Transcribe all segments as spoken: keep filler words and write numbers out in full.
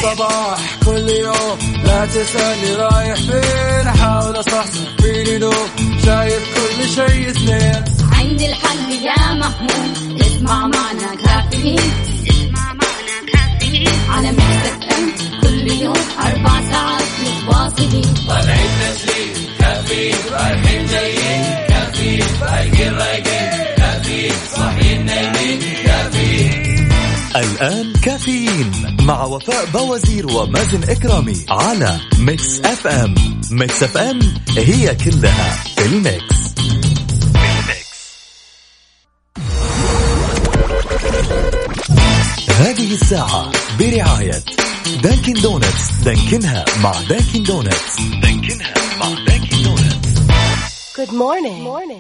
الصباح كل يوم، لا تسألني رايح فين، أحاول أصحصح فيني نوم، شايف كل شيء اثنين. عندي الحل يا محمود، اسمع معنا كافيين، اسمع معنا كافيين على ميكس اف ام كل يوم أربع ساعات متواصلين. طالعين تسليم كافيين، رايحين جايين كافيين، رايقين رايقين كافيين، صاحيين نايمين كافيين. الآن كافيين مع وفاء بوازير ومازن إكرامي على ميكس اف ام. ميكس اف ام هي كلها الميكس. هذه الساعة برعاية دانكن دونتس. دانكنها مع دانكن دونتس. دانكنها مع دانكن دونتس. Good morning. Good morning.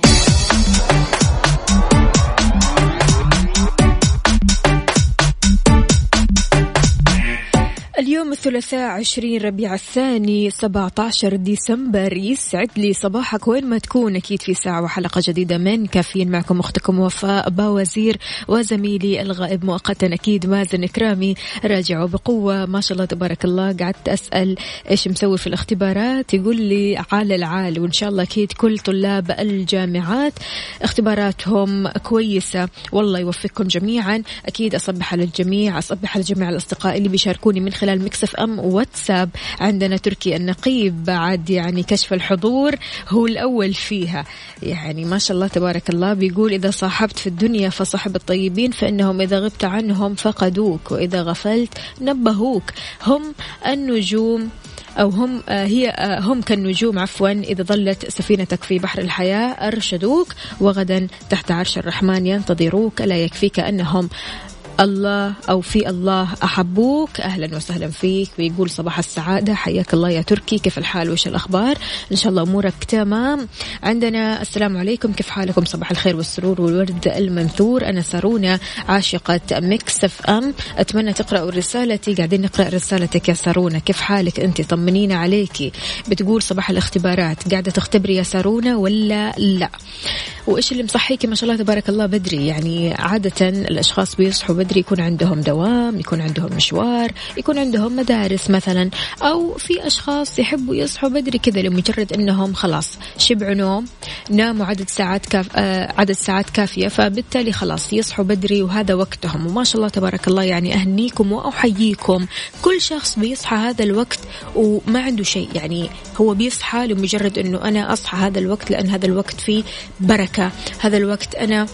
اليوم الثلاثاء عشرين ربيع الثاني سبعة عشر ديسمبر. يسعد لي صباحك وين ما تكون. أكيد في ساعة وحلقة جديدة من كافيين، معكم أختكم وفاء باوزير وزميلي الغائب مؤقتا أكيد مازن إكرامي. راجعوا بقوة ما شاء الله تبارك الله. قعدت أسأل إيش مسوي في الاختبارات، يقول لي عال العال، وإن شاء الله أكيد كل طلاب الجامعات اختباراتهم كويسة. والله يوفقكم جميعا. أكيد أصبح على الجميع، أصبح على جميع الأصدقاء اللي بيشاركوني من خلال ميكس اف ام واتساب. عندنا تركي النقيب بعد يعني كشف الحضور هو الأول فيها، يعني ما شاء الله تبارك الله. بيقول إذا صاحبت في الدنيا فصاحب الطيبين، فإنهم إذا غبت عنهم فقدوك، وإذا غفلت نبهوك. هم النجوم أو هم هي هم كالنجوم عفوا، إذا ظلت سفينتك في بحر الحياة أرشدوك، وغدا تحت عرش الرحمن ينتظروك. لا يكفيك أنهم الله أو في الله أحبوك. أهلا وسهلا فيك. ويقول صباح السعادة، حياك الله يا تركي، كيف الحال وش الأخبار؟ إن شاء الله أمورك تمام. عندنا السلام عليكم، كيف حالكم؟ صباح الخير والسرور والورد المنثور. أنا سارونا عاشقة ميكس اف ام، أتمنى تقرأوا رسالتي. قاعدين نقرأ رسالتك يا سارونا. كيف حالك أنت؟ طمنينا عليكي. بتقول صباح الاختبارات، قاعدة تختبري يا سارونا ولا لا؟ وإيش اللي مصحيكي ما شاء الله تبارك الله بدري؟ يعني عادة الأشخاص بيصحوا بدري يكون عندهم دوام، يكون عندهم مشوار، يكون عندهم مدارس مثلا، أو في أشخاص يحبوا يصحوا بدري كذا لمجرد أنهم خلاص شبعوا نوم، ناموا عدد ساعات كاف... آه عدد ساعات كافية، فبالتالي خلاص يصحوا بدري وهذا وقتهم. وما شاء الله تبارك الله، يعني أهنيكم وأحييكم كل شخص بيصحى هذا الوقت وما عنده شيء، يعني هو بيصحى لمجرد أنه أنا أصحى هذا الوقت لأن هذا الوقت فيه بركة، هذا الوقت أنا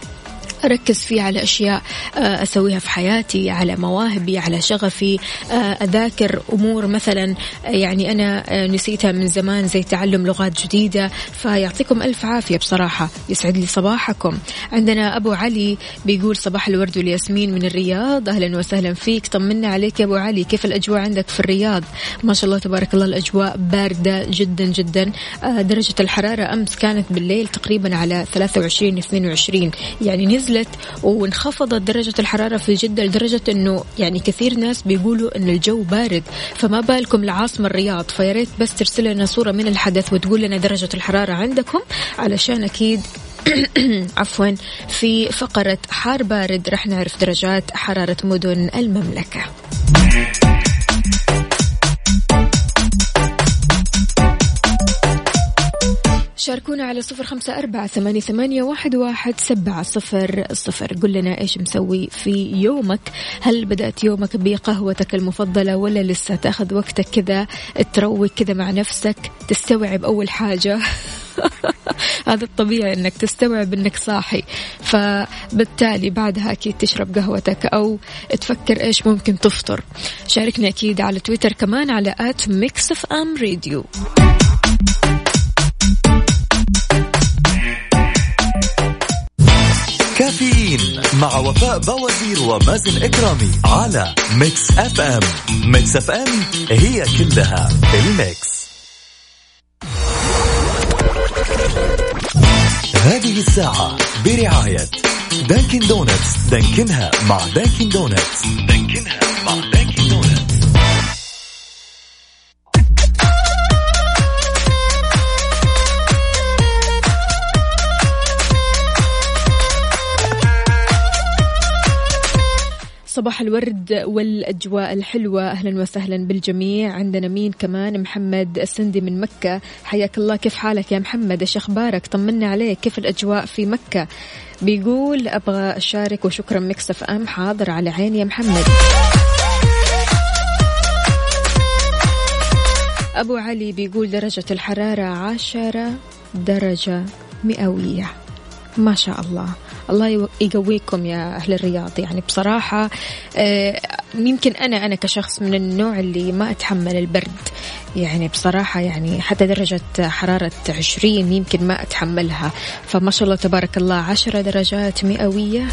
أركز فيه على أشياء أسويها في حياتي، على مواهبي، على شغفي، أذاكر أمور مثلا يعني أنا نسيتها من زمان زي تعلم لغات جديدة. فيعطيكم ألف عافية بصراحة، يسعد لي صباحكم. عندنا أبو علي بيقول صباح الورد والياسمين من الرياض. أهلا وسهلا فيك، طمنا عليك يا أبو علي، كيف الأجواء عندك في الرياض؟ ما شاء الله تبارك الله الأجواء باردة جدا جدا. درجة الحرارة أمس كانت بالليل تقريبا على ثلاثة وعشرين اثنين وعشرين، يعني نزل وانخفضت درجة الحرارة في جدة لدرجة أنه يعني كثير ناس بيقولوا أن الجو بارد، فما بالكم لعاصمة الرياض. فياريت بس ترسل لنا صورة من الحدث وتقول لنا درجة الحرارة عندكم، علشان أكيد عفوا في فقرة حار بارد رح نعرف درجات حرارة مدن المملكة. شاركونا على صفر خمسة أربعة ثمانية ثمانية واحد واحد سبعة صفر صفر. قل لنا إيش مسوي في يومك؟ هل بدأت يومك بقهوتك المفضلة ولا لسه تأخذ وقتك كذا تروق كذا مع نفسك، تستوعب أول حاجة هذا الطبيعي أنك تستوعب أنك صاحي، فبالتالي بعدها أكيد تشرب قهوتك أو تفكر إيش ممكن تفطر. شاركنا أكيد على تويتر كمان على آت ميكس اف ام راديو. كافيين مع وفاء بوازير ومازن إكرامي على ميكس اف ام. ميكس اف ام هي كلها الميكس. هذه الساعة برعاية دانكن دونتس. دانكنها مع دانكن دونتس. دانكنها مع دانكن دونتس. صباح الورد والأجواء الحلوة، أهلا وسهلا بالجميع. عندنا مين كمان؟ محمد السندي من مكة، حياك الله، كيف حالك يا محمد؟ إيش أخبارك؟ طمنا عليك، كيف الأجواء في مكة؟ بيقول أبغى أشارك وشكرا ميكس اف ام. حاضر على عيني يا محمد. أبو علي بيقول درجة الحرارة عشرة درجة مئوية، ما شاء الله. الله يقويكم يا أهل الرياض. يعني بصراحة يمكن أنا أنا كشخص من النوع اللي ما أتحمل البرد، يعني بصراحة يعني حتى درجة حرارة عشرين يمكن ما أتحملها، فما شاء الله تبارك الله عشرة درجات مئوية.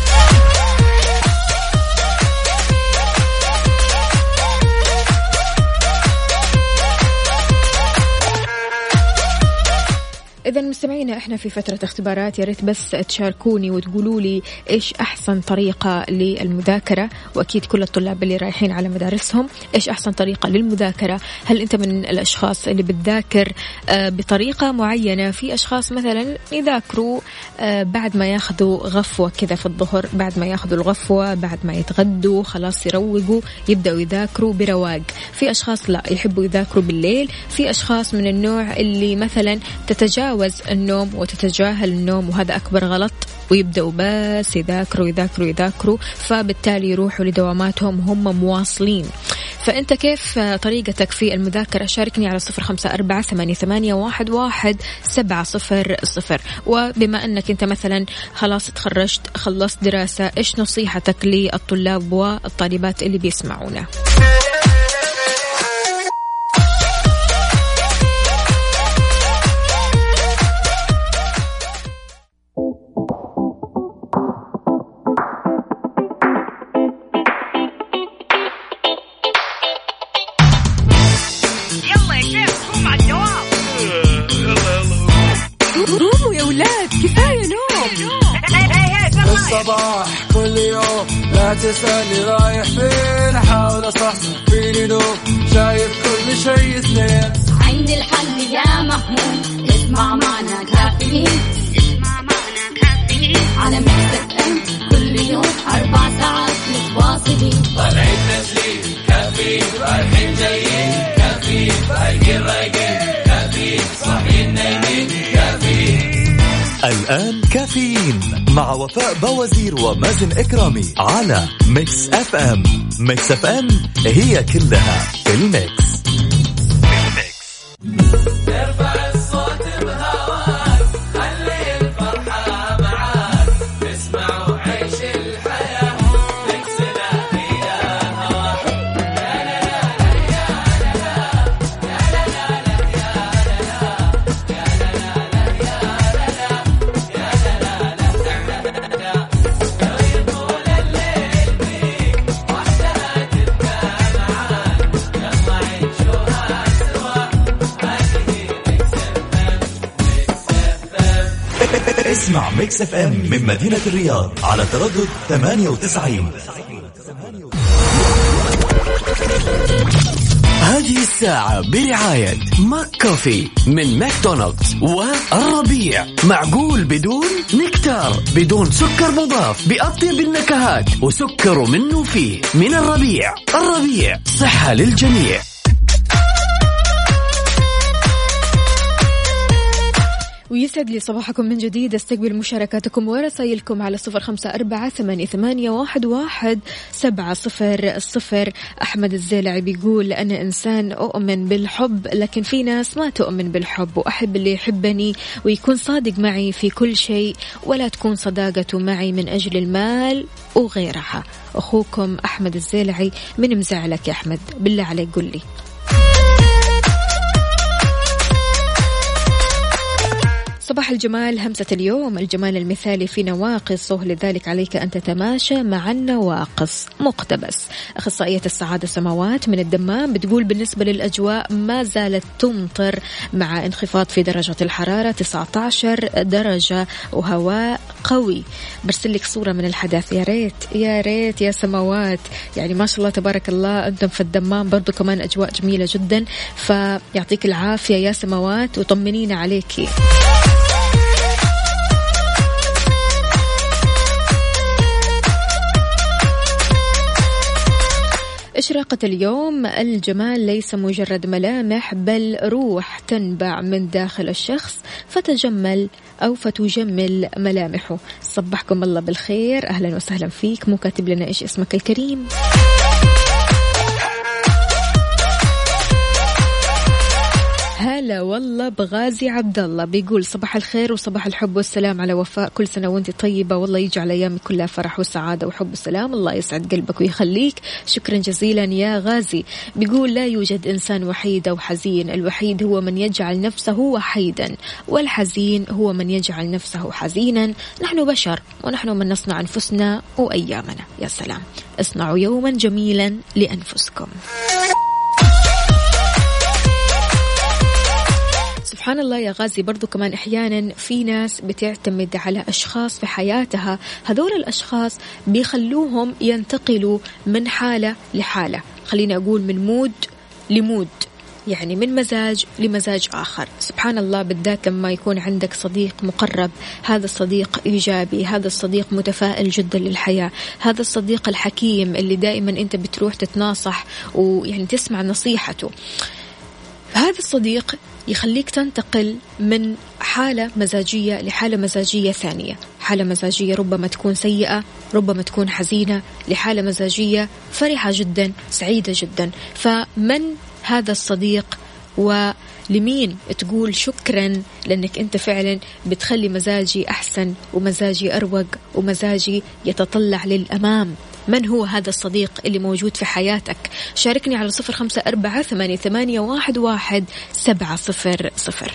إذا مستمعينا إحنا في فترة اختبارات، يا ريت بس تشاركوني وتقولوا لي إيش أحسن طريقة للمذاكرة، وأكيد كل الطلاب اللي رايحين على مدارسهم إيش أحسن طريقة للمذاكرة. هل أنت من الأشخاص اللي بتذاكر بطريقة معينة؟ في أشخاص مثلا يذاكروا بعد ما ياخذوا غفوة كذا في الظهر، بعد ما ياخذوا الغفوة بعد ما يتغدوا خلاص يروقوا يبدأوا يذاكروا برواق. في أشخاص لا يحبوا يذاكروا بالليل. في أشخاص من النوع اللي مثلا تتجاوز النوم وتتجاهل النوم، وهذا أكبر غلط، ويبدأوا بس يذاكروا يذاكروا يذاكروا، فبالتالي يروحوا لدواماتهم هم مواصلين. فأنت كيف طريقتك في المذاكرة؟ شاركني على صفر خمسة أربعة ثمانية ثمانية واحد واحد سبعة صفر صفر. وبما أنك أنت مثلا خلاص تخرجت خلصت دراسة، إيش نصيحتك للطلاب والطالبات اللي بيسمعونا؟ الصباح كل يوم لا تسألني رايح فين، أحاول أصحصح فيني نوم، شايف كل شيء سنين. عندي الحل يا محمود، اسمع معنا كافيين، اسمع معنا كافيين على ميكس اف ام، كل يوم أربع ساعات متواصلين. طالعين تسليم كافيين، رايحين جايين كافيين، رايقين رايقين كافيين، صاحيين نايمين كافيين. الآن كافيين مع وفاء بوازير ومازن إكرامي على ميكس اف ام. ميكس اف ام هي كلها في الميكس. ارفع الصوت بهواك، خلي الفرحة معاك، اسمع وعيش الحياة، ميكسنا هي هواك. لا لا لا يا لا لا، يا لا لا يا لا لا، يا لا لا يا لا لا، يا لا لا يطول الليل بيك، وحدها تبقى معاك، يلا عيشوها سوا. اسمع ميكس اف ام من مدينة الرياض على تردد ثمانية وتسعين. هذه الساعة برعاية ماك كوفي من ماكدونالدز والربيع. معقول بدون نكتار، بدون سكر مضاف، بأطيب النكهات وسكر منه فيه. من الربيع، الربيع صحة للجميع. ويسعد لي صباحكم من جديد. استقبل مشاركاتكم ورسائلكم على صفر خمسة أربعة ثمانية ثمانية واحد واحد سبعة صفر صفر. أحمد الزيلعي بيقول أنا إنسان أؤمن بالحب، لكن في ناس ما تؤمن بالحب، وأحب اللي يحبني ويكون صادق معي في كل شيء، ولا تكون صداقته معي من أجل المال وغيرها. أخوكم أحمد الزيلعي من مزعلك يا أحمد، بالله عليك قل لي. صباح الجمال همسة اليوم، الجمال المثالي في نواقصه، لذلك عليك أن تتماشى مع النواقص. مقتبس. أخصائية السعادة سماوات من الدمام بتقول بالنسبة للأجواء ما زالت تمطر مع انخفاض في درجة الحرارة تسعة عشر درجة وهواء قوي. برسل لك صورة من الحدث، يا ريت يا ريت يا سماوات. يعني ما شاء الله تبارك الله أنتم في الدمام برضو كمان أجواء جميلة جدا، فيعطيك العافية يا سماوات وطمنينا عليكي. إشراقة اليوم: الجمال ليس مجرد ملامح بل روح تنبع من داخل الشخص فتجمل أو فتجمل ملامحه. صبحكم الله بالخير، أهلا وسهلا فيك. مو كاتب لنا إيش اسمك الكريم؟ هلا والله بغازي عبد الله، بيقول صباح الخير وصباح الحب والسلام على وفاء، كل سنة وانت طيبة، والله يجعل أيامك كلها فرح وسعادة وحب وسلام، الله يسعد قلبك ويخليك. شكرا جزيلا يا غازي. بيقول لا يوجد إنسان وحيد أو حزين، الوحيد هو من يجعل نفسه وحيدا، والحزين هو من يجعل نفسه حزينا. نحن بشر ونحن من نصنع أنفسنا وأيامنا. يا سلام، اصنعوا يوما جميلا لأنفسكم. سبحان الله يا غازي. برضو كمان أحيانا في ناس بتعتمد على أشخاص في حياتها، هذول الأشخاص بيخلوهم ينتقلوا من حالة لحالة، خليني أقول من مود لمود، يعني من مزاج لمزاج آخر. سبحان الله، بالذات لما يكون عندك صديق مقرب، هذا الصديق إيجابي، هذا الصديق متفائل جدا للحياة، هذا الصديق الحكيم اللي دائما أنت بتروح تتناصح ويعني تسمع نصيحته، هذا الصديق يخليك تنتقل من حالة مزاجية لحالة مزاجية ثانية، حالة مزاجية ربما تكون سيئة، ربما تكون حزينة، لحالة مزاجية فرحة جدا، سعيدة جدا. فمن هذا الصديق ولمين تقول شكرا لأنك أنت فعلا بتخلي مزاجي أحسن ومزاجي أروق ومزاجي يتطلع للأمام؟ من هو هذا الصديق اللي موجود في حياتك؟ شاركني على صفر خمسة أربعة ثمانية ثمانية واحد واحد سبعة صفر صفر.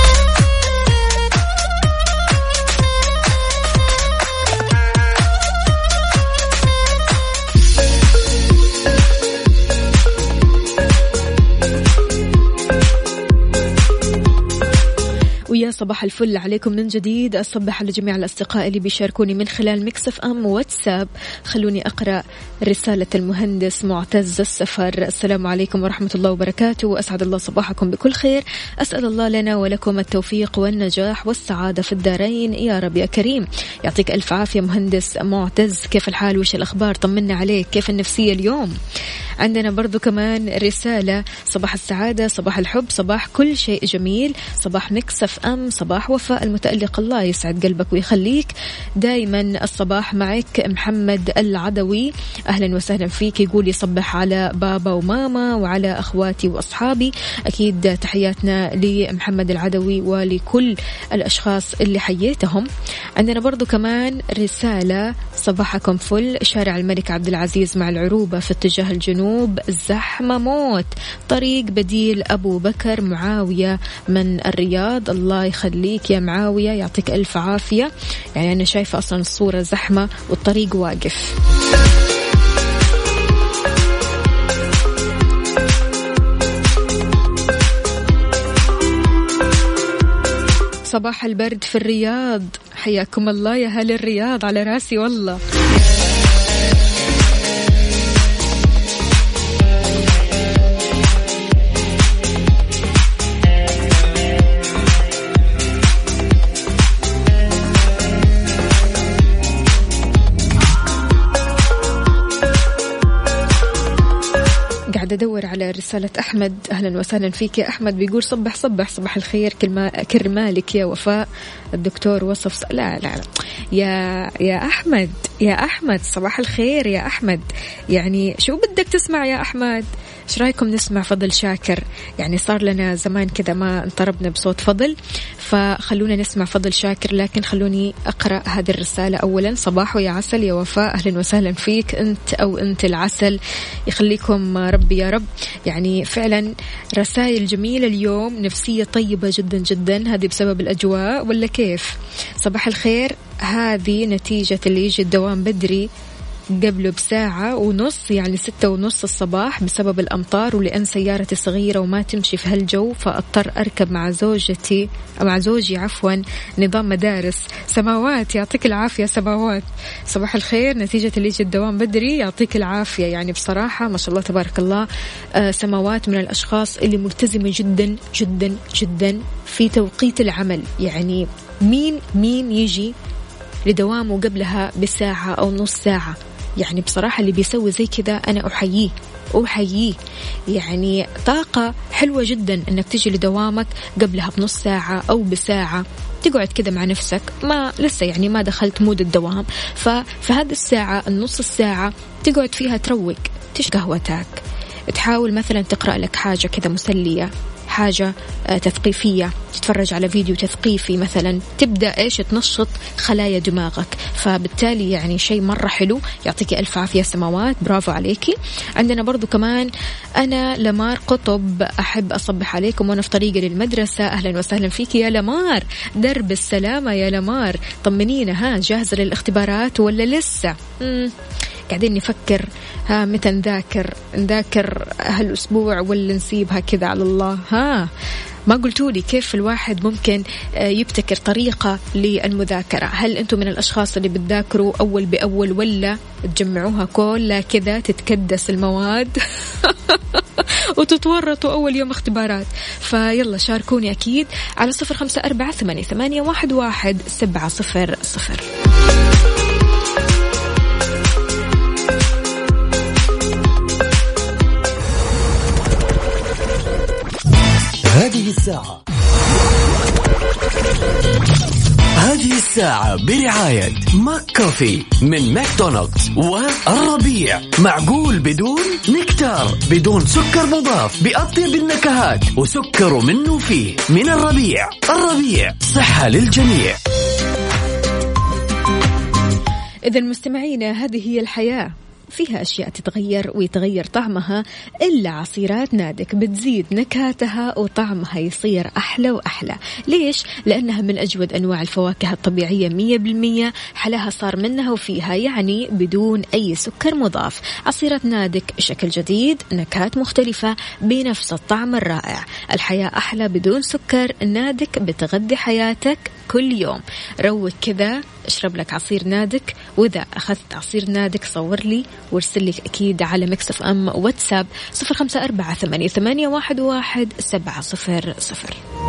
ويا صباح الفل عليكم من جديد. أصبح على جميع الأصدقاء اللي بيشاركوني من خلال مكسف أم واتساب. خلوني أقرأ رسالة المهندس معتز السفر: السلام عليكم ورحمة الله وبركاته، أسعد الله صباحكم بكل خير، أسأل الله لنا ولكم التوفيق والنجاح والسعادة في الدارين يا رب يا كريم. يعطيك ألف عافية مهندس معتز، كيف الحال وش الأخبار؟ طمنا عليك، كيف النفسية اليوم؟ عندنا برضو كمان رسالة: صباح السعادة، صباح الحب، صباح كل شيء جميل، صباح مكسف أم، صباح وفاء المتألق، الله يسعد قلبك ويخليك، دايما الصباح معك. محمد العدوي أهلا وسهلا فيك، يقول يصبح على بابا وماما وعلى أخواتي وأصحابي. أكيد تحياتنا لمحمد العدوي ولكل الأشخاص اللي حييتهم. عندنا برضو كمان رسالة: صباحكم فل، شارع الملك عبد العزيز مع العروبة في اتجاه الجنوب زحمة موت، طريق بديل أبو بكر معاوية من الرياض، الله يخليك يا معاوية، يعطيك ألف عافية. يعني أنا شايفة أصلا الصورة زحمة والطريق واقف. صباح البرد في الرياض، حياكم الله يا هل الرياض، على راسي والله. أدور على رسالة أحمد. أهلا وسهلا فيك يا أحمد، بيقول صبح صبح صباح الخير، كلمة كرمالك يا وفاء، الدكتور وصف. لا لا لا يا يا أحمد، يا أحمد صباح الخير يا أحمد، يعني شو بدك تسمع يا أحمد؟ إيش رأيكم نسمع فضل شاكر؟ يعني صار لنا زمان كذا ما انطربنا بصوت فضل، فخلونا نسمع فضل شاكر. لكن خلوني أقرأ هذه الرسالة أولا: صباح يا عسل يا وفاء، أهلا وسهلا فيك أنت أو أنت العسل، يخليكم ربي يا رب. يعني فعلا رسائل جميلة اليوم، نفسية طيبة جدا جدا، هذه بسبب الأجواء ولا كيف؟ صباح الخير، هذه نتيجة اللي يجي الدوام بدري قبله بساعة ونص، يعني ستة ونص الصباح بسبب الأمطار، ولأن سيارتي صغيرة وما تمشي في هالجو فأضطر أركب مع زوجتي مع زوجي عفوا نظام مدارس. سماوات يعطيك العافية سماوات، صباح الخير، نتيجة اللي يجي الدوام بدري يعطيك العافية. يعني بصراحة ما شاء الله تبارك الله، آه سماوات من الأشخاص اللي ملتزمة جدا جدا جدا في توقيت العمل. يعني مين مين يجي لدوامه قبلها بساعة أو نص ساعة؟ يعني بصراحة اللي بيسوي زي كذا أنا أحييه أحييه. يعني طاقة حلوة جدا أنك تجي لدوامك قبلها بنص ساعة أو بساعة، تقعد كده مع نفسك، ما لسه يعني ما دخلت مود الدوام، ففي هذه الساعة النص الساعة تقعد فيها تروق، تشرب قهوتك، تحاول مثلا تقرأ لك حاجة كده مسلية، حاجة تثقيفية، تتفرج على فيديو تثقيفي مثلا، تبدأ إيش تنشط خلايا دماغك. فبالتالي يعني شيء مرة حلو. يعطيك ألف عافية سماوات، برافو عليكي. عندنا برضو كمان أنا لمار قطب، أحب أصبح عليكم وأنا في طريقي للمدرسة. أهلا وسهلا فيك يا لمار، درب السلامة يا لمار. طمنينا، ها جاهزة للاختبارات ولا لسه؟ مم. قاعدين نفكر ها متى نذاكر نذاكر هالأسبوع ولا نسيبها كذا على الله. ها ما قلتولي كيف الواحد ممكن يبتكر طريقة للمذاكرة؟ هل أنتم من الأشخاص اللي بتذاكروا أول بأول ولا تجمعوها كلها كذا تتكدس المواد وتتورطوا أول يوم اختبارات؟ فيلا شاركوني أكيد على صفر خمسة أربعة ثمانية ثمانية واحد واحد سبعة صفر صفر. هذه الساعة هذه الساعة برعاية ماك كوفي من ماكدونالدز والربيع. معقول بدون نكتار، بدون سكر مضاف، بأطيب النكهات وسكر منه فيه. من الربيع. الربيع صحة للجميع. إذا مستمعينا، هذه هي الحياة، فيها أشياء تتغير ويتغير طعمها، إلا عصيرات نادك بتزيد نكهاتها وطعمها يصير أحلى وأحلى. ليش؟ لأنها من أجود أنواع الفواكه الطبيعية مية بالمية، حلاها صار منها وفيها، يعني بدون أي سكر مضاف. عصيرات نادك شكل جديد، نكهات مختلفة بنفس الطعم الرائع. الحياة أحلى بدون سكر. نادك بتغذي حياتك كل يوم. روق كذا، اشرب لك عصير نادك، وإذا أخذت عصير نادك صور لي وارسل لي أكيد على ميكس اف ام واتساب صفر خمسة أربعة ثمانية ثمانية واحد واحد سبعة صفر صفر.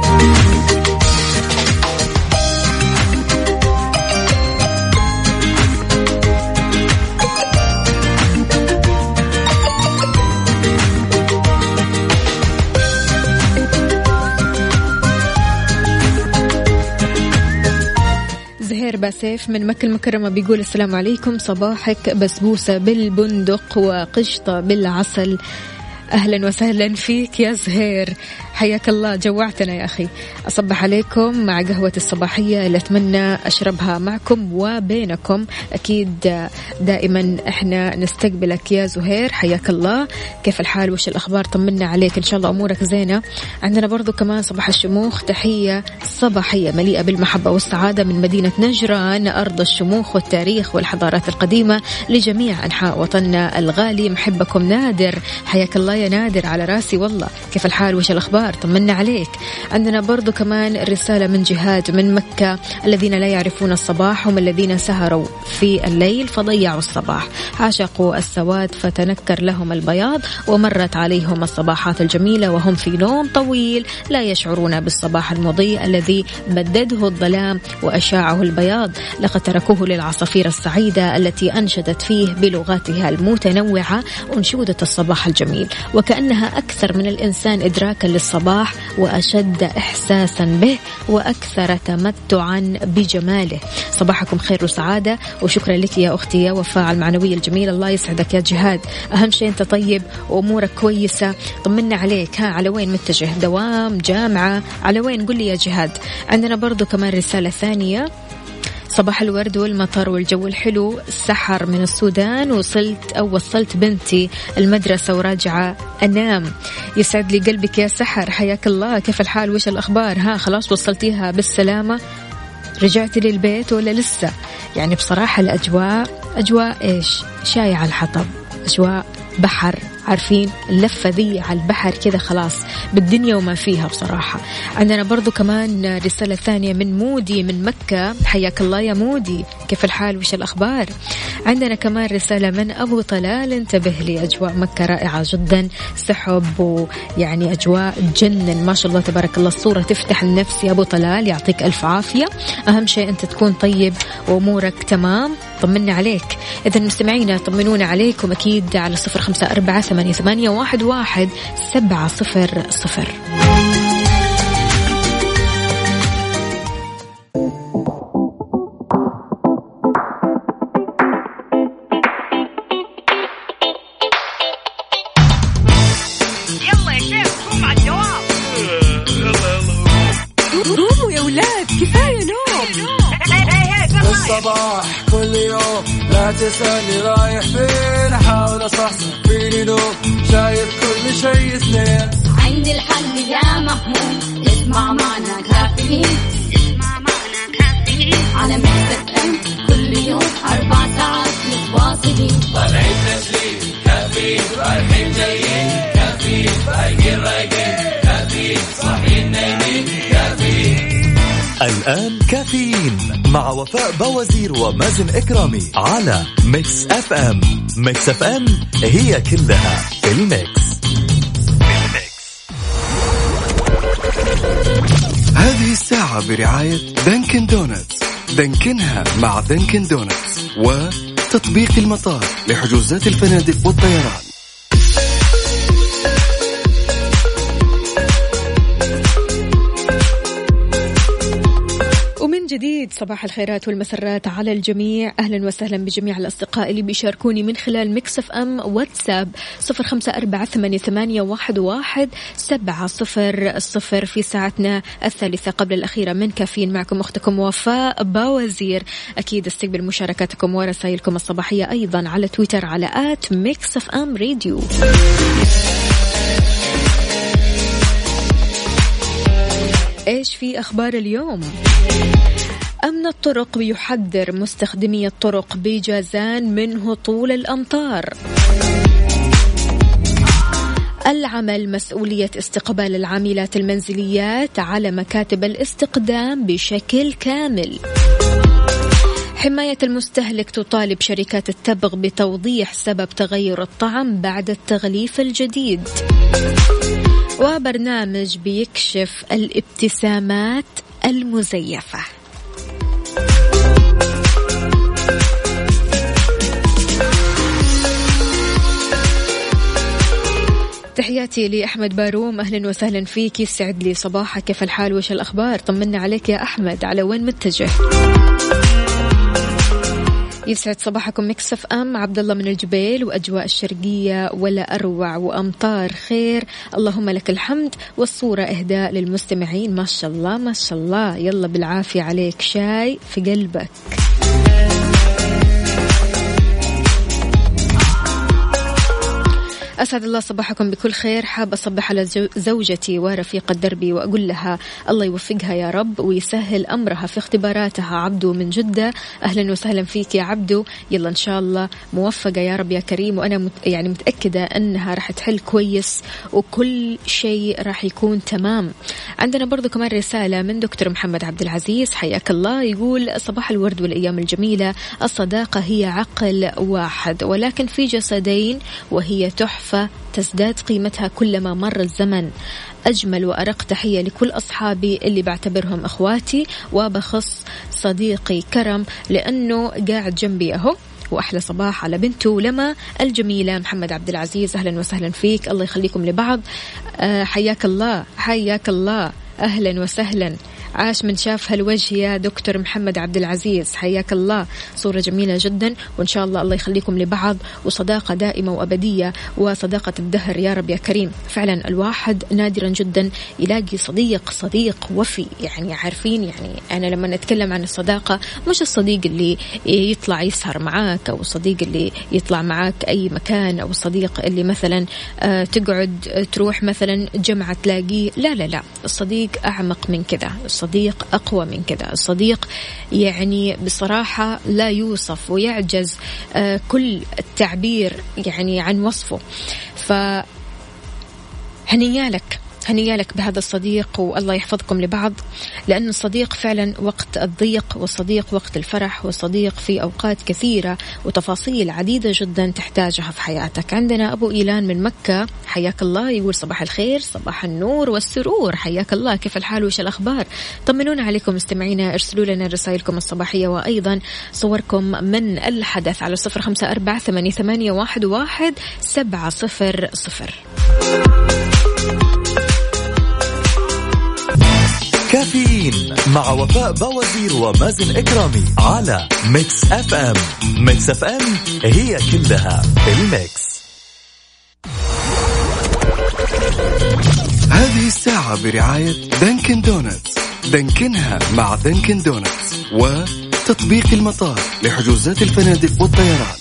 باسيف من مكة المكرمة بيقول السلام عليكم، صباحك بسبوسة بالبندق وقشطة بالعسل. أهلا وسهلا فيك يا زهير، حياك الله، جوعتنا يا أخي. أصبح عليكم مع قهوة الصباحية اللي أتمنى أشربها معكم وبينكم. أكيد دائما إحنا نستقبلك يا زهير، حياك الله. كيف الحال؟ وش الأخبار؟ طمنا عليك، إن شاء الله أمورك زينة. عندنا برضو كمان صباح الشموخ، تحية صباحية مليئة بالمحبة والسعادة من مدينة نجران، أرض الشموخ والتاريخ والحضارات القديمة، لجميع أنحاء وطننا الغالي. محبكم نادر، حياك الله يا نادر، على راسي والله. كيف الحال؟ وش الأخبار؟ طمنا عليك. عندنا برضو كمان رسالة من جهاد من مكة، الذين لا يعرفون الصباح هم الذين سهروا في الليل فضيعوا الصباح، عشقوا السواد فتنكر لهم البياض، ومرت عليهم الصباحات الجميلة وهم في نوم طويل، لا يشعرون بالصباح المضيء الذي بدده الظلام وأشاعه البياض. لقد تركوه للعصافير السعيدة التي أنشدت فيه بلغاتها المتنوعة أنشودة الصباح الجميل، وكأنها أكثر من الإنسان إدراكا للصباح وأشد إحساسا به وأكثر تمتعا بجماله. صباحكم خير وسعادة، وشكرا لك يا أختي يا وفاء المعنوية الجميلة. الله يسعدك يا جهاد، أهم شيء أنت طيب وأمورك كويسة. طمنا عليك، ها على وين متجه؟ دوام، جامعة، على وين؟ قل لي يا جهاد. عندنا برضو كمان رسالة ثانية، صباح الورد والمطر والجو الحلو، سحر من السودان، وصلت أو وصلت بنتي المدرسة وراجعة أنام. يسعد لي قلبك يا سحر، حياك الله. كيف الحال؟ وش الأخبار؟ ها خلاص وصلتيها بالسلامة؟ رجعتي للبيت ولا لسه؟ يعني بصراحة الأجواء أجواء إيش؟ شاي على الحطب، أجواء بحر، عارفين اللفة ذي على البحر كذا، خلاص بالدنيا وما فيها بصراحة. عندنا برضو كمان رسالة ثانية من مودي من مكة، حياك الله يا مودي، كيف الحال؟ وش الأخبار؟ عندنا كمان رسالة من أبو طلال، انتبه لي، أجواء مكة رائعة جدا، سحب ويعني أجواء جنن ما شاء الله تبارك الله، الصورة تفتح النفس يا أبو طلال، يعطيك ألف عافية. أهم شيء أنت تكون طيب وأمورك تمام. طمنا عليك. إذا مستمعينا طمنونا عليكم أكيد على صفر خمسة أربعة ثمانية ثمانية واحد واحد سبعة صفر صفر. الصباح كل يوم لا تسألني رايح فين، أحاول أصحصح فيني نوم، شايف كل شيء اثنين. عندي الحل يا محمود، اسمع معنا كافيين، اسمع معنا كافيين على ميكس اف ام كل يوم أربع ساعات متواصلين. طالعين تشرين كافيين، رايحين جايين كافيين، رايقين رايقين كافيين، صاحيين نايمين كافيين. الآن كافيين مع وفاء بوازير ومازن إكرامي على ميكس اف ام. ميكس اف ام هي كلها في الميكس. هذه الساعة برعاية دانكن دونتس، دانكنها مع دانكن دونتس، وتطبيق المطار لحجوزات الفنادق والطيران. جديد صباح الخيرات والمسرات على الجميع. أهلا وسهلا بجميع الأصدقاء اللي بيشاركوني من خلال ميكس اف ام واتساب صفر خمسة أربعة ثمانية ثمانية واحد واحد سبعة صفر صفر في ساعتنا الثالثة قبل الأخيرة من كافيين. معكم أختكم وفاء باوزير. أكيد استقبل مشاركاتكم ورسائلكم الصباحية أيضا على تويتر على آت ميكس اف ام راديو. إيش في أخبار اليوم؟ أمن الطرق بيحذر مستخدمي الطرق بجازان من هطول الأمطار. العمل مسؤولية استقبال العاملات المنزليات على مكاتب الاستقدام بشكل كامل. حماية المستهلك تطالب شركات التبغ بتوضيح سبب تغير الطعم بعد التغليف الجديد. وبرنامج بيكشف الابتسامات المزيفة. تحياتي لأحمد باروم، أهلا وسهلا فيك، يسعد لي صباحك، كيف الحال وش الأخبار؟ طمنا عليك يا أحمد، على وين متجه؟ يسعد صباحكم ميكس اف ام. عبد الله من الجبيل، وأجواء الشرقية ولا أروع، وأمطار خير، اللهم لك الحمد، والصورة إهداء للمستمعين. ما شاء الله ما شاء الله، يلا بالعافية عليك، شاي في قلبك. أسعد الله صباحكم بكل خير. حاب أصبح على زوجتي ورفيقة دربي وأقول لها الله يوفقها يا رب ويسهل أمرها في اختباراتها. عبدو من جدة، أهلا وسهلا فيك يا عبدو، يلا إن شاء الله موفقة يا رب يا كريم، وأنا مت يعني متأكدة أنها راح تحل كويس وكل شيء راح يكون تمام. عندنا برضو كمان رسالة من دكتور محمد عبد العزيز، حياك الله، يقول صباح الورد والأيام الجميلة، الصداقة هي عقل واحد ولكن في جسدين، وهي تحفة تزداد قيمتها كلما مر الزمن. أجمل وأرق تحية لكل أصحابي اللي بعتبرهم أخواتي، وبخص صديقي كرم لأنه قاعد جنبي أهو. وأحلى صباح على بنته لما الجميلة محمد عبد العزيز، أهلا وسهلا فيك، الله يخليكم لبعض. أه حياك الله حياك الله، أهلا وسهلا، عاش من شاف هالوجه يا دكتور محمد عبد العزيز، حياك الله، صورة جميلة جدا، وإن شاء الله الله يخليكم لبعض، وصداقة دائمة وأبدية، وصداقة الدهر يا رب يا كريم. فعلا الواحد نادرا جدا يلاقي صديق صديق وفي، يعني عارفين، يعني أنا لما نتكلم عن الصداقة مش الصديق اللي يطلع يسهر معاك، أو الصديق اللي يطلع معاك أي مكان، أو الصديق اللي مثلا آه تقعد تروح مثلا جمعة تلاقيه، لا لا لا، الصديق أعمق من كذا، الصديق أقوى من كذا، الصديق يعني بصراحة لا يوصف ويعجز آه كل التعبير يعني عن وصفه. فهنيالك هنيا لك بهذا الصديق والله يحفظكم لبعض، لأن الصديق فعلا وقت الضيق، والصديق وقت الفرح، والصديق في أوقات كثيرة وتفاصيل عديدة جدا تحتاجها في حياتك. عندنا أبو إيلان من مكة، حياك الله، يقول صباح الخير، صباح النور والسرور، حياك الله، كيف الحال وش الأخبار؟ طمنونا عليكم مستمعينا، ارسلوا لنا رسائلكم الصباحية وأيضا صوركم من الحدث على صفر خمسة أربعة ثمانية ثمانية واحد واحد سبعة صفر صفر. كافيين مع وفاء بوازير ومازن إكرامي على ميكس اف ام. ميكس اف ام هي كلها الميكس. هذه الساعة برعاية دانكن دونتس، دانكنها مع دانكن دونتس، وتطبيق المطار لحجوزات الفنادق والطيران.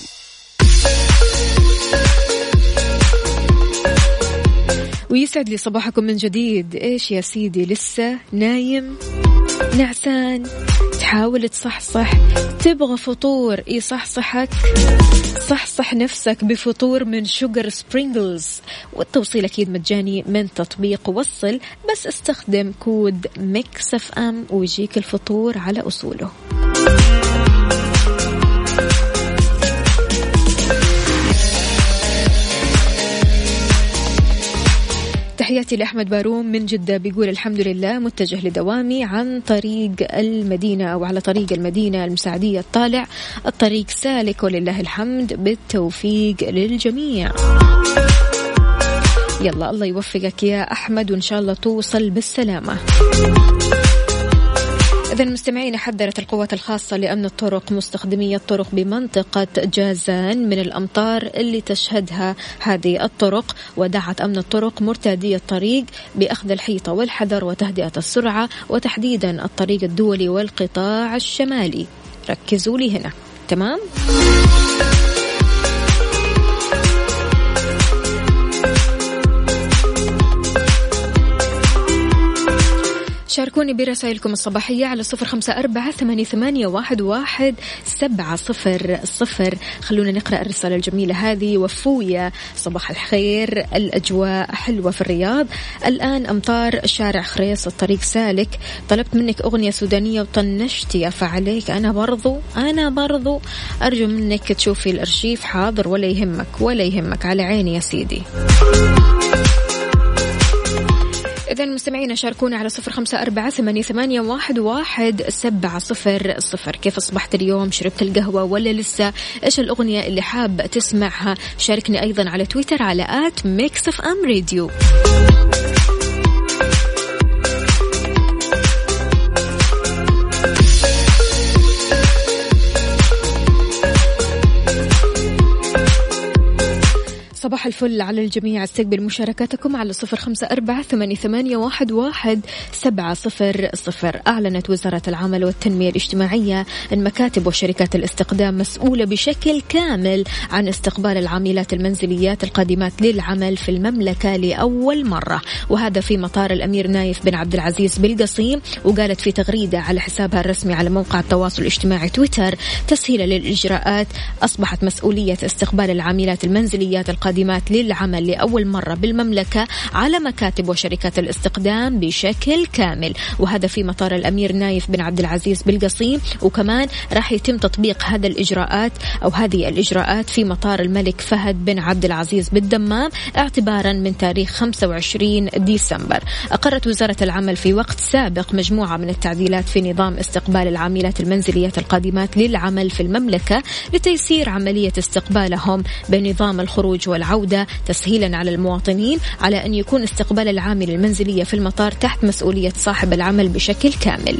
ويسعد لي صباحكم من جديد. إيش يا سيدي، لسه نايم نعسان، تحاول تصحصح، تبغى فطور يصحصحك، صحصح نفسك بفطور من شوغر سبرينجلز، والتوصيل أكيد مجاني من تطبيق وصل، بس استخدم كود ميكس اف ام ويجيك الفطور على أصوله. تحياتي لأحمد باروم من جدة، بيقول الحمد لله متجه لدوامي عن طريق المدينة أو على طريق المدينة المساعدية الطالع، الطريق سالك ولله الحمد، بالتوفيق للجميع. يلا الله يوفقك يا أحمد، وإن شاء الله توصل بالسلامة. إذا مستمعين، حذرت القوات الخاصة لأمن الطرق مستخدمي الطرق بمنطقة جازان من الأمطار اللي تشهدها هذه الطرق، ودعت أمن الطرق مرتادي الطريق بأخذ الحيطة والحذر وتهدئة السرعة، وتحديدا الطريق الدولي والقطاع الشمالي. ركزوا لي هنا، تمام؟ شاركوني برسائلكم الصباحية على صفر خمسة أربعة ثمانية ثمانية واحد واحد سبعة صفر صفر. خلونا نقرأ الرسالة الجميلة هذه. وفوية، صباح الخير، الأجواء حلوة في الرياض الآن، أمطار شارع خريص، الطريق سالك، طلبت منك أغنية سودانية وطنشتي، فعليك أنا برضو أنا برضو أرجو منك تشوفي الأرشيف. حاضر، ولا يهمك ولا يهمك، على عيني يا سيدي. إذا مستمعينا، شاركونا على صفر خمسة أربعة ثمانية ثمانية واحد واحد سبعة صفر صفر. كيف أصبحت اليوم؟ شربت القهوة ولا لسه؟ إيش الأغنية اللي حاب تسمعها؟ شاركني أيضا على تويتر على آت ميكس اف ام راديو. صباح الفل على الجميع، استقبل مشاركاتكم على صفر خمسة أربعة ثمانية ثمانية واحد واحد سبعة صفر صفر. أعلنت وزارة العمل والتنمية الاجتماعية أن مكاتب وشركات الاستقدام مسؤولة بشكل كامل عن استقبال العاملات المنزليات القادمات للعمل في المملكة لأول مرة، وهذا في مطار الأمير نايف بن عبد العزيز بالقصيم. وقالت في تغريدة على حسابها الرسمي على موقع التواصل الاجتماعي تويتر: تسهيلا للإجراءات، أصبحت مسؤولية استقبال العاملات المنزليات القادمات للعمل لأول مرة بالمملكة على مكاتب وشركات الاستقدام بشكل كامل، وهذا في مطار الأمير نايف بن عبد العزيز بالقصيم. وكمان راح يتم تطبيق هذا الإجراءات أو هذه الإجراءات في مطار الملك فهد بن عبد العزيز بالدمام اعتبارا من تاريخ خمسة وعشرين ديسمبر. أقرت وزارة العمل في وقت سابق مجموعة من التعديلات في نظام استقبال العاملات المنزليات القادمات للعمل في المملكة لتيسير عملية استقبالهم بنظام الخروج والعودة، تسهيلا على المواطنين على أن يكون استقبال العامل المنزلية في المطار تحت مسؤولية صاحب العمل بشكل كامل.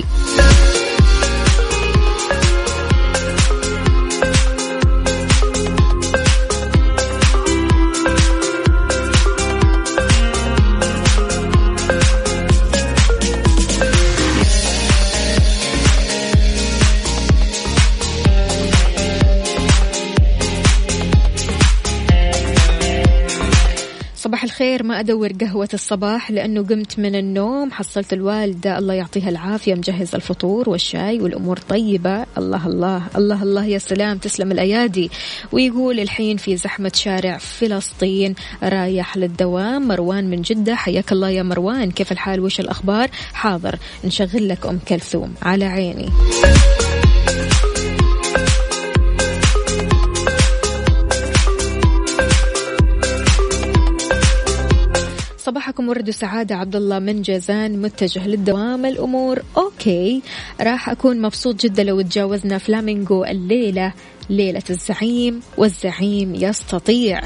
صباح الخير، ما أدور قهوة الصباح لأنه قمت من النوم حصلت الوالدة الله يعطيها العافية مجهز الفطور والشاي والأمور طيبة. الله الله الله الله يا سلام، تسلم الأيادي. ويقول الحين في زحمة شارع فلسطين رايح للدوام. مروان من جدة، حياك الله يا مروان، كيف الحال وش الأخبار؟ حاضر نشغل لك أم كلثوم على عيني. صباحكم ورد وسعادة. عبد الله من جازان، متجه للدوام، الأمور أوكي، راح أكون مبسوط جدا لو تجاوزنا فلامينغو الليلة، ليلة الزعيم والزعيم يستطيع.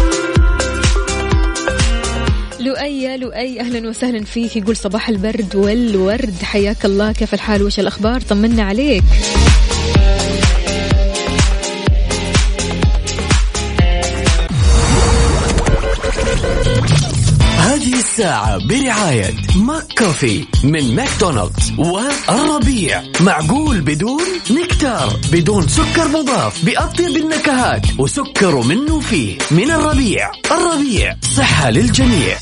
لؤي لؤي أهلا وسهلا فيك، يقول صباح البرد والورد، حياك الله، كيف الحال وش الأخبار؟ طمنا عليك. هذه الساعة برعاية ماك كوفي من ماكدونالدز والربيع. معقول بدون نكتار، بدون سكر مضاف، بأطيب النكهات وسكر منه فيه. من الربيع، الربيع صحة للجميع.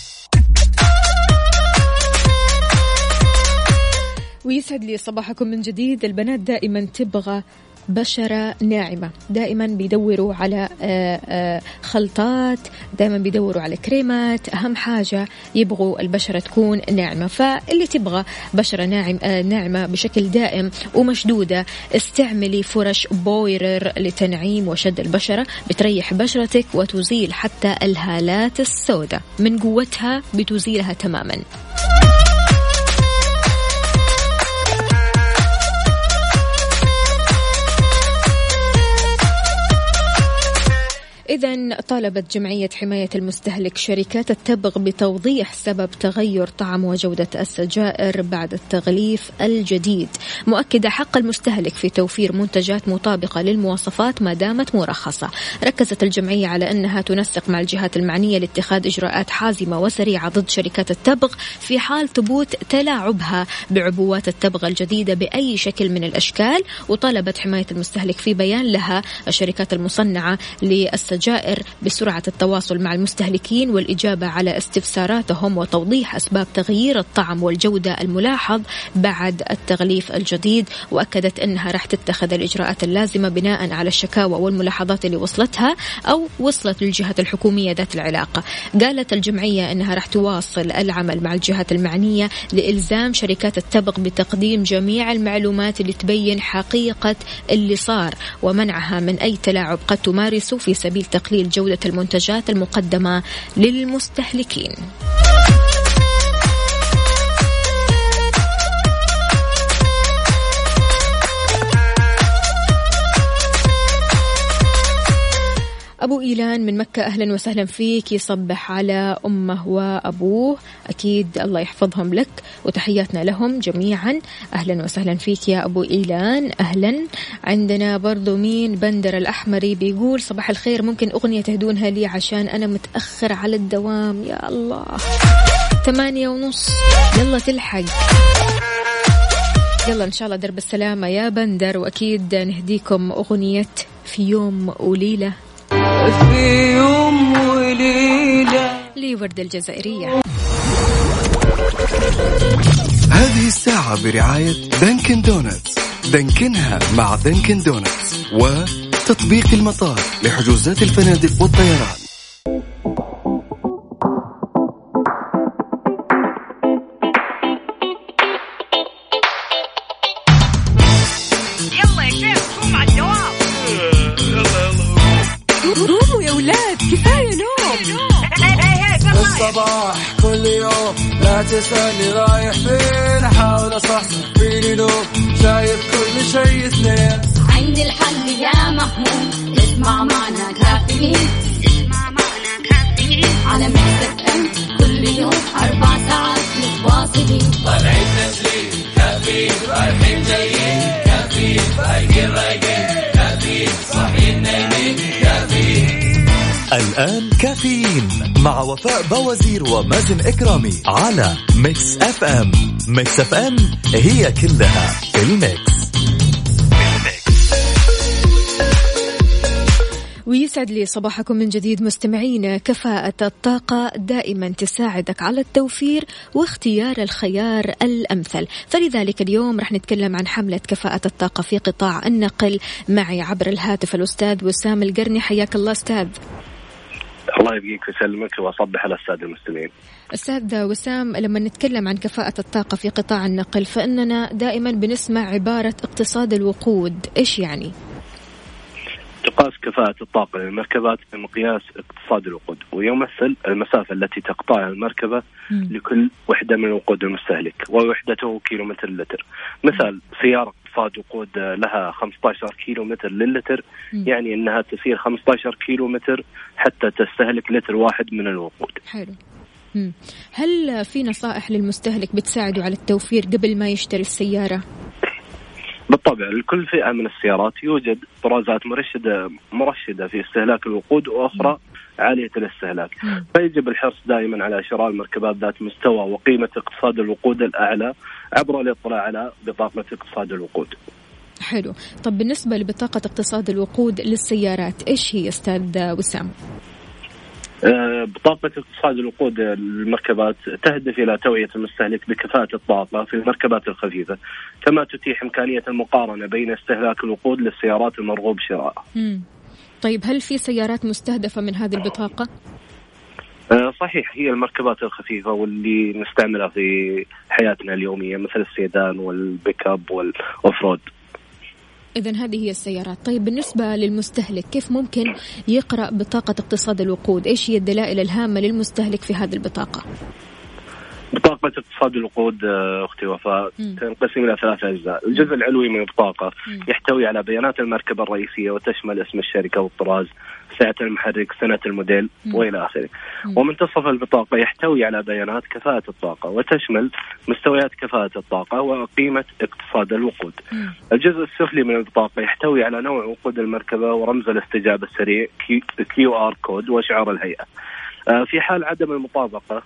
ويسعد لي صباحكم من جديد. البنات دائما تبغى بشرة ناعمة، دائما بيدوروا على خلطات، دائما بيدوروا على كريمات، أهم حاجة يبغوا البشرة تكون ناعمة. فاللي تبغى بشرة ناعم ناعمة بشكل دائم ومشدودة، استعملي فرش بويرر لتنعيم وشد البشرة، بتريح بشرتك وتزيل حتى الهالات السوداء، من قوتها بتزيلها تماما. إذن طالبت جمعية حماية المستهلك شركات التبغ بتوضيح سبب تغير طعم وجودة السجائر بعد التغليف الجديد، مؤكدة حق المستهلك في توفير منتجات مطابقة للمواصفات ما دامت مرخصة. ركزت الجمعية على أنها تنسق مع الجهات المعنية لاتخاذ إجراءات حازمة وسريعة ضد شركات التبغ في حال ثبوت تلاعبها بعبوات التبغ الجديدة بأي شكل من الأشكال. وطالبت حماية المستهلك في بيان لها الشركات المصنعة للسجائر السجائر بسرعة التواصل مع المستهلكين والإجابة على استفساراتهم وتوضيح أسباب تغيير الطعم والجودة الملاحظ بعد التغليف الجديد. وأكدت أنها راح تتخذ الإجراءات اللازمة بناء على الشكاوى والملاحظات اللي وصلتها أو وصلت للجهات الحكومية ذات العلاقة. قالت الجمعية أنها راح تواصل العمل مع الجهات المعنية لإلزام شركات التبغ بتقديم جميع المعلومات اللي تبين حقيقة اللي صار ومنعها من أي تلاعب قد تمارسه في سبيل تقليل جودة المنتجات المقدمة للمستهلكين. أبو إيلان من مكة أهلا وسهلا فيك، يصبح على أمه وأبوه، أكيد الله يحفظهم لك وتحياتنا لهم جميعا. أهلا وسهلا فيك يا أبو إيلان، أهلا. عندنا برضو مين بندر الأحمري بيقول صباح الخير، ممكن أغنية تهدونها لي عشان أنا متأخر على الدوام. يا الله ثمانية ونص، يلا تلحق، يلا إن شاء الله درب السلامة يا بندر. وأكيد نهديكم أغنية في يوم وليلة، في يوم وليلة لورد الجزائرية. هذه الساعة برعاية دانكن دونتس، دانكنها مع دانكن دونتس، وتطبيق المطار لحجوزات الفنادق والطيران. قوموا يا ولاد، كفاية نوم. الصباح كل يوم لا تسألني رايح فين، أحاول أصحصح فيني لو شايف كل شيء اثنين. عندي الحل يا محمود، اسمع معنا كافيين، اسمع معنا كافيين على ميكس اف ام كل يوم أربع ساعات متواصلين. طالعين تسليم كافيين، رايحين جايين كافيين، فايقين رايقين كافيين، صاحيين نايمين كافيين. الآن كافيين مع وفاء بوازير ومازن إكرامي على ميكس اف ام. ميكس اف ام هي كلها في الميكس. يسعد لي صباحكم من جديد مستمعينا. كفاءة الطاقة دائما تساعدك على التوفير واختيار الخيار الأمثل، فلذلك اليوم رح نتكلم عن حملة كفاءة الطاقة في قطاع النقل. معي عبر الهاتف الأستاذ وسام القرني. حياك الله أستاذ. الله يبقيك ويسلمك وأصبح على السادة المستمعين. أستاذ وسام، لما نتكلم عن كفاءة الطاقة في قطاع النقل فإننا دائما بنسمع عبارة اقتصاد الوقود، إيش يعني؟ تقاس كفاءة الطاقة للمركبات بمقياس اقتصاد الوقود، ويمثل المسافة التي تقطعها المركبة م. لكل وحدة من الوقود المستهلك، ووحدته كيلومتر للتر. مثال سيارة اقتصاد وقود لها خمسة عشر كيلومتر للتر، م. يعني أنها تسير خمسة عشر كيلومتر حتى تستهلك لتر واحد من الوقود. حلو. م. هل في نصائح للمستهلك بتساعده على التوفير قبل ما يشتري السيارة؟ بالطبع، لكل فئة من السيارات يوجد طرازات مرشدة مرشدة في استهلاك الوقود وأخرى عالية الاستهلاك، فيجب الحرص دائما على شراء المركبات ذات مستوى وقيمة اقتصاد الوقود الأعلى عبر الاطلاع على بطاقة اقتصاد الوقود. حلو. طب بالنسبة لبطاقة اقتصاد الوقود للسيارات إيش هي أستاذ وسام؟ بطاقة اقتصاد الوقود للمركبات تهدف إلى توعية المستهلك بكفاءة الطاقة في المركبات الخفيفة، كما تتيح إمكانية المقارنة بين استهلاك الوقود للسيارات المرغوب شرائها. طيب هل في سيارات مستهدفة من هذه البطاقة؟ أه صحيح، هي المركبات الخفيفة واللي نستعملها في حياتنا اليومية مثل السيدان والبيك اب والأوفرود. إذن هذه هي السيارات. طيب بالنسبة للمستهلك كيف ممكن يقرأ بطاقة اقتصاد الوقود؟ إيش هي الدلائل الهامة للمستهلك في هذه البطاقة؟ بطاقة اقتصاد الوقود أختي وفاء تنقسم إلى ثلاثة أجزاء. الجزء العلوي من البطاقة م. يحتوي على بيانات المركبة الرئيسية وتشمل اسم الشركة والطراز، سعة المحرك، سنة الموديل م. وإلى آخره. ومنتصف البطاقة يحتوي على بيانات كفاءة الطاقة وتشمل مستويات كفاءة الطاقة وقيمة اقتصاد الوقود. م. الجزء السفلي من البطاقة يحتوي على نوع وقود المركبة ورمز الاستجابة السريع كيو آر كود وشعار الهيئة. في حال عدم المطابقة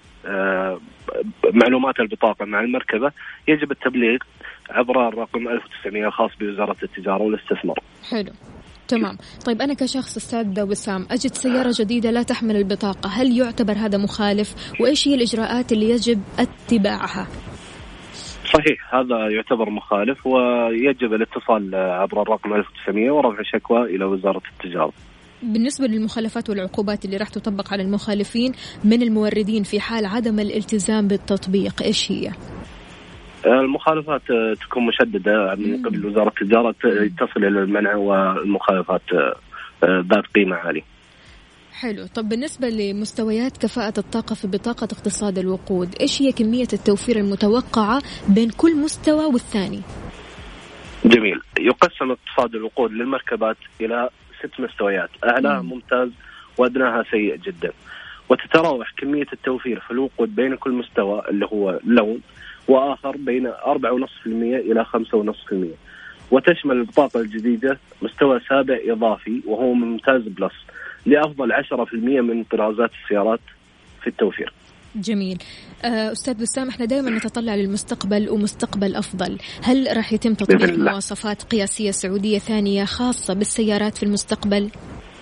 معلومات البطاقة مع المركبة يجب التبليغ عبر الرقم ألف وتسعمائة الخاص بوزارة التجارة والاستثمار. حلو تمام. طيب أنا كشخص أستاذ وسام أجد سيارة جديدة لا تحمل البطاقة، هل يعتبر هذا مخالف؟ وإيش هي الإجراءات اللي يجب اتباعها؟ صحيح، هذا يعتبر مخالف ويجب الاتصال عبر الرقم ألف وتسعمائة ورفع شكوى إلى وزارة التجارة. بالنسبة للمخالفات والعقوبات اللي راح تطبق على المخالفين من الموردين في حال عدم الالتزام بالتطبيق، إيش هي؟ المخالفات تكون مشددة من قبل وزارة التجارة، تصل إلى المنع والمخالفات ذات قيمة عالية. حلو. طب بالنسبة لمستويات كفاءة الطاقة في بطاقة اقتصاد الوقود، إيش هي كمية التوفير المتوقعة بين كل مستوى والثاني؟ جميل. يقسم اقتصاد الوقود للمركبات إلى ست مستويات، أعلاها ممتاز وأدناها سيء جدا، وتتراوح كمية التوفير في الوقود بين كل مستوى اللي هو لون وآخر بين أربعة فاصلة خمسة بالمئة إلى خمسة فاصلة خمسة بالمئة. وتشمل البطاقة الجديدة مستوى سابع إضافي وهو ممتاز بلس لأفضل عشرة بالمئة من طرازات السيارات في التوفير. جميل. أستاذ وسام، احنا دائما نتطلع للمستقبل ومستقبل أفضل، هل راح يتم تطبيق مواصفات قياسية سعودية ثانية خاصة بالسيارات في المستقبل؟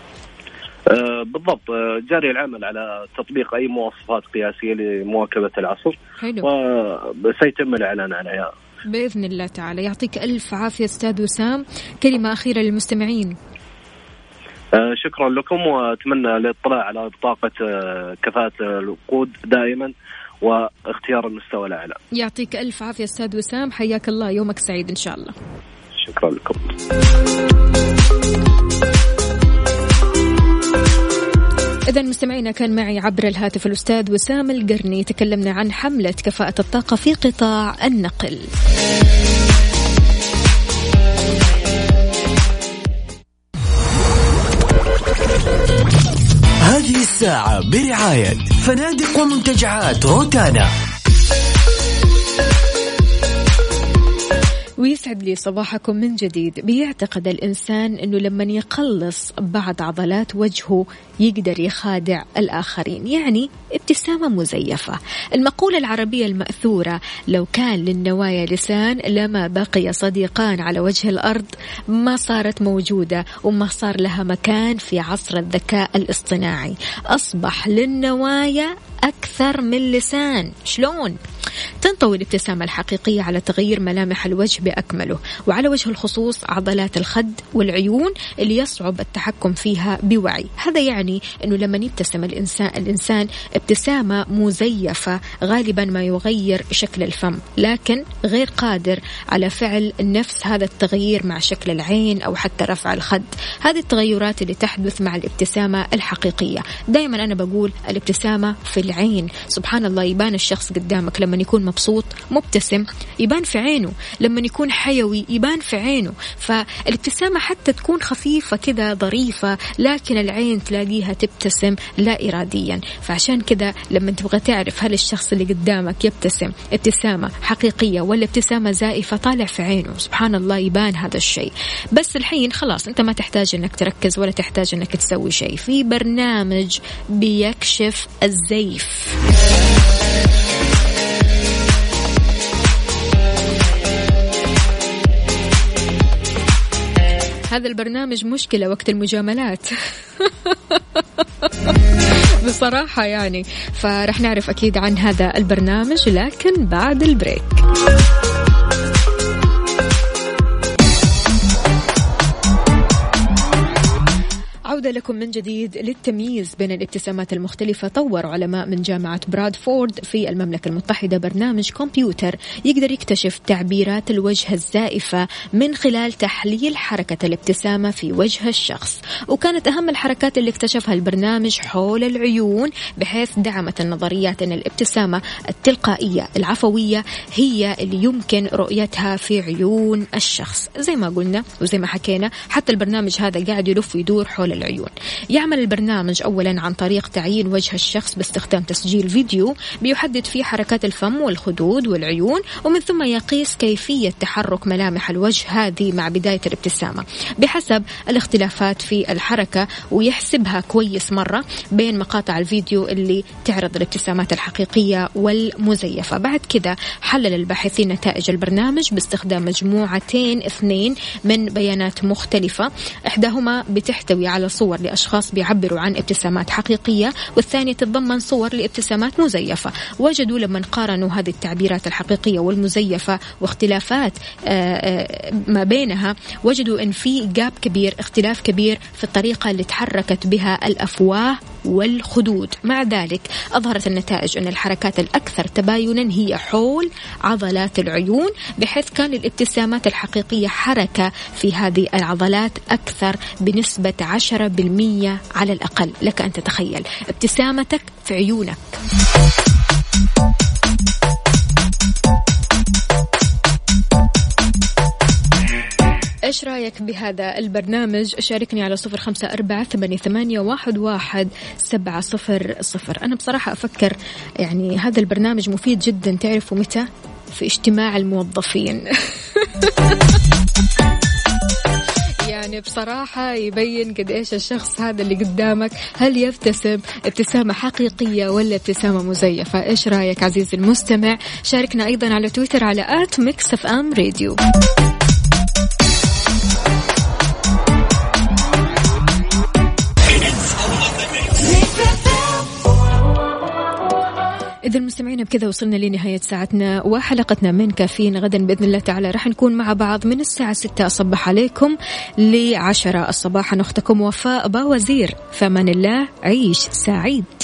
أه بالضبط، جاري العمل على تطبيق أي مواصفات قياسية لمواكبة العصر. حلو. وسيتم الإعلان عنها بإذن الله تعالى. يعطيك ألف عافية أستاذ وسام. كلمة أخيرة للمستمعين. آه شكرا لكم، وأتمنى الاطلاع على بطاقة آه كفاءة الوقود دائما واختيار المستوى الأعلى. يعطيك ألف عافية أستاذ وسام، حياك الله، يومك سعيد إن شاء الله. شكرا لكم. إذن مستمعينا كان معي عبر الهاتف الأستاذ وسام القرني، تكلمنا عن حملة كفاءة الطاقة في قطاع النقل. هذه الساعة برعاية فنادق ومنتجعات روتانا. ويسعد لي صباحكم من جديد. بيعتقد الإنسان أنه لما يقلص بعض عضلات وجهه يقدر يخادع الآخرين، يعني ابتسامة مزيفة. المقولة العربية المأثورة لو كان للنوايا لسان لما بقي صديقان على وجه الأرض ما صارت موجودة وما صار لها مكان في عصر الذكاء الاصطناعي. أصبح للنوايا أكثر من لسان. شلون؟ تنطوي الابتسامة الحقيقية على تغيير ملامح الوجه بأكمله، وعلى وجه الخصوص عضلات الخد والعيون اللي يصعب التحكم فيها بوعي. هذا يعني أنه لما يبتسم الإنسان الإنسان ابتسامة مزيفة غالبا ما يغير شكل الفم، لكن غير قادر على فعل نفس هذا التغيير مع شكل العين أو حتى رفع الخد. هذه التغيرات اللي تحدث مع الابتسامة الحقيقية. دائما أنا بقول الابتسامة في العين. سبحان الله، يبان الشخص قدامك لما يكون مبسوط مبتسم يبان في عينه، لما يكون حيوي يبان في عينه. فالابتسامة حتى تكون خفيفة كذا ظريفة، لكن العين تلاقيها تبتسم لا إراديا. فعشان كذا لما تبغى تعرف هل الشخص اللي قدامك يبتسم ابتسامة حقيقية ولا ابتسامة زائفة، طالع في عينه. سبحان الله، يبان هذا الشيء. بس الحين خلاص أنت ما تحتاج أنك تركز ولا تحتاج أنك تسوي شيء، في برنامج بيكشف الزيف. هذا البرنامج مشكلة وقت المجاملات بصراحة يعني. فرح نعرف أكيد عن هذا البرنامج لكن بعد البريك. عودة لكم من جديد. للتمييز بين الابتسامات المختلفة طور علماء من جامعة برادفورد في المملكة المتحدة برنامج كمبيوتر يقدر يكتشف تعبيرات الوجه الزائفة من خلال تحليل حركة الابتسامة في وجه الشخص. وكانت أهم الحركات اللي اكتشفها البرنامج حول العيون، بحيث دعمت النظريات أن الابتسامة التلقائية العفوية هي اللي يمكن رؤيتها في عيون الشخص. زي ما قلنا وزي ما حكينا، حتى البرنامج هذا قاعد يلف ويدور حول العيون. يعمل البرنامج أولا عن طريق تعيين وجه الشخص باستخدام تسجيل فيديو بيحدد فيه حركات الفم والخدود والعيون، ومن ثم يقيس كيفية تحرك ملامح الوجه هذه مع بداية الابتسامة بحسب الاختلافات في الحركة، ويحسبها كويس مرة بين مقاطع الفيديو اللي تعرض الابتسامات الحقيقية والمزيفة. بعد كذا حلل الباحثين نتائج البرنامج باستخدام مجموعتين اثنين من بيانات مختلفة، إحداهما بتحتوي على صور لأشخاص بيعبروا عن ابتسامات حقيقية، والثانية تتضمن صور لابتسامات مزيفة. وجدوا لما قارنوا هذه التعبيرات الحقيقية والمزيفة واختلافات ما بينها، وجدوا أن في جاب كبير، اختلاف كبير في الطريقة اللي تحركت بها الأفواه والخدود. مع ذلك أظهرت النتائج أن الحركات الأكثر تباينا هي حول عضلات العيون، بحيث كان الابتسامات الحقيقية حركة في هذه العضلات أكثر بنسبة عشرة بالمية على الأقل. لك أن تتخيل ابتسامتك في عيونك. إيش رأيك بهذا البرنامج؟ شاركني على صفر خمسة أربعة ثمانية ثمانية واحد واحد سبعة صفر صفر. أنا بصراحة أفكر يعني هذا البرنامج مفيد جدا. تعرفوا متى؟ في اجتماع الموظفين يعني بصراحة يبين قد إيش الشخص هذا اللي قدامك هل يبتسم ابتسامة حقيقية ولا ابتسامة مزيفة. إيش رأيك عزيزي المستمع؟ شاركنا أيضا على تويتر على آت ميكس أف أم راديو. إذا المستمعين بكذا وصلنا لنهاية ساعتنا وحلقتنا من كافيين. غدا بإذن الله تعالى راح نكون مع بعض من الساعة ستة أصبح عليكم لعشرة الصباح. أختكم وفاء باوزير. فمن الله، عيش سعيد.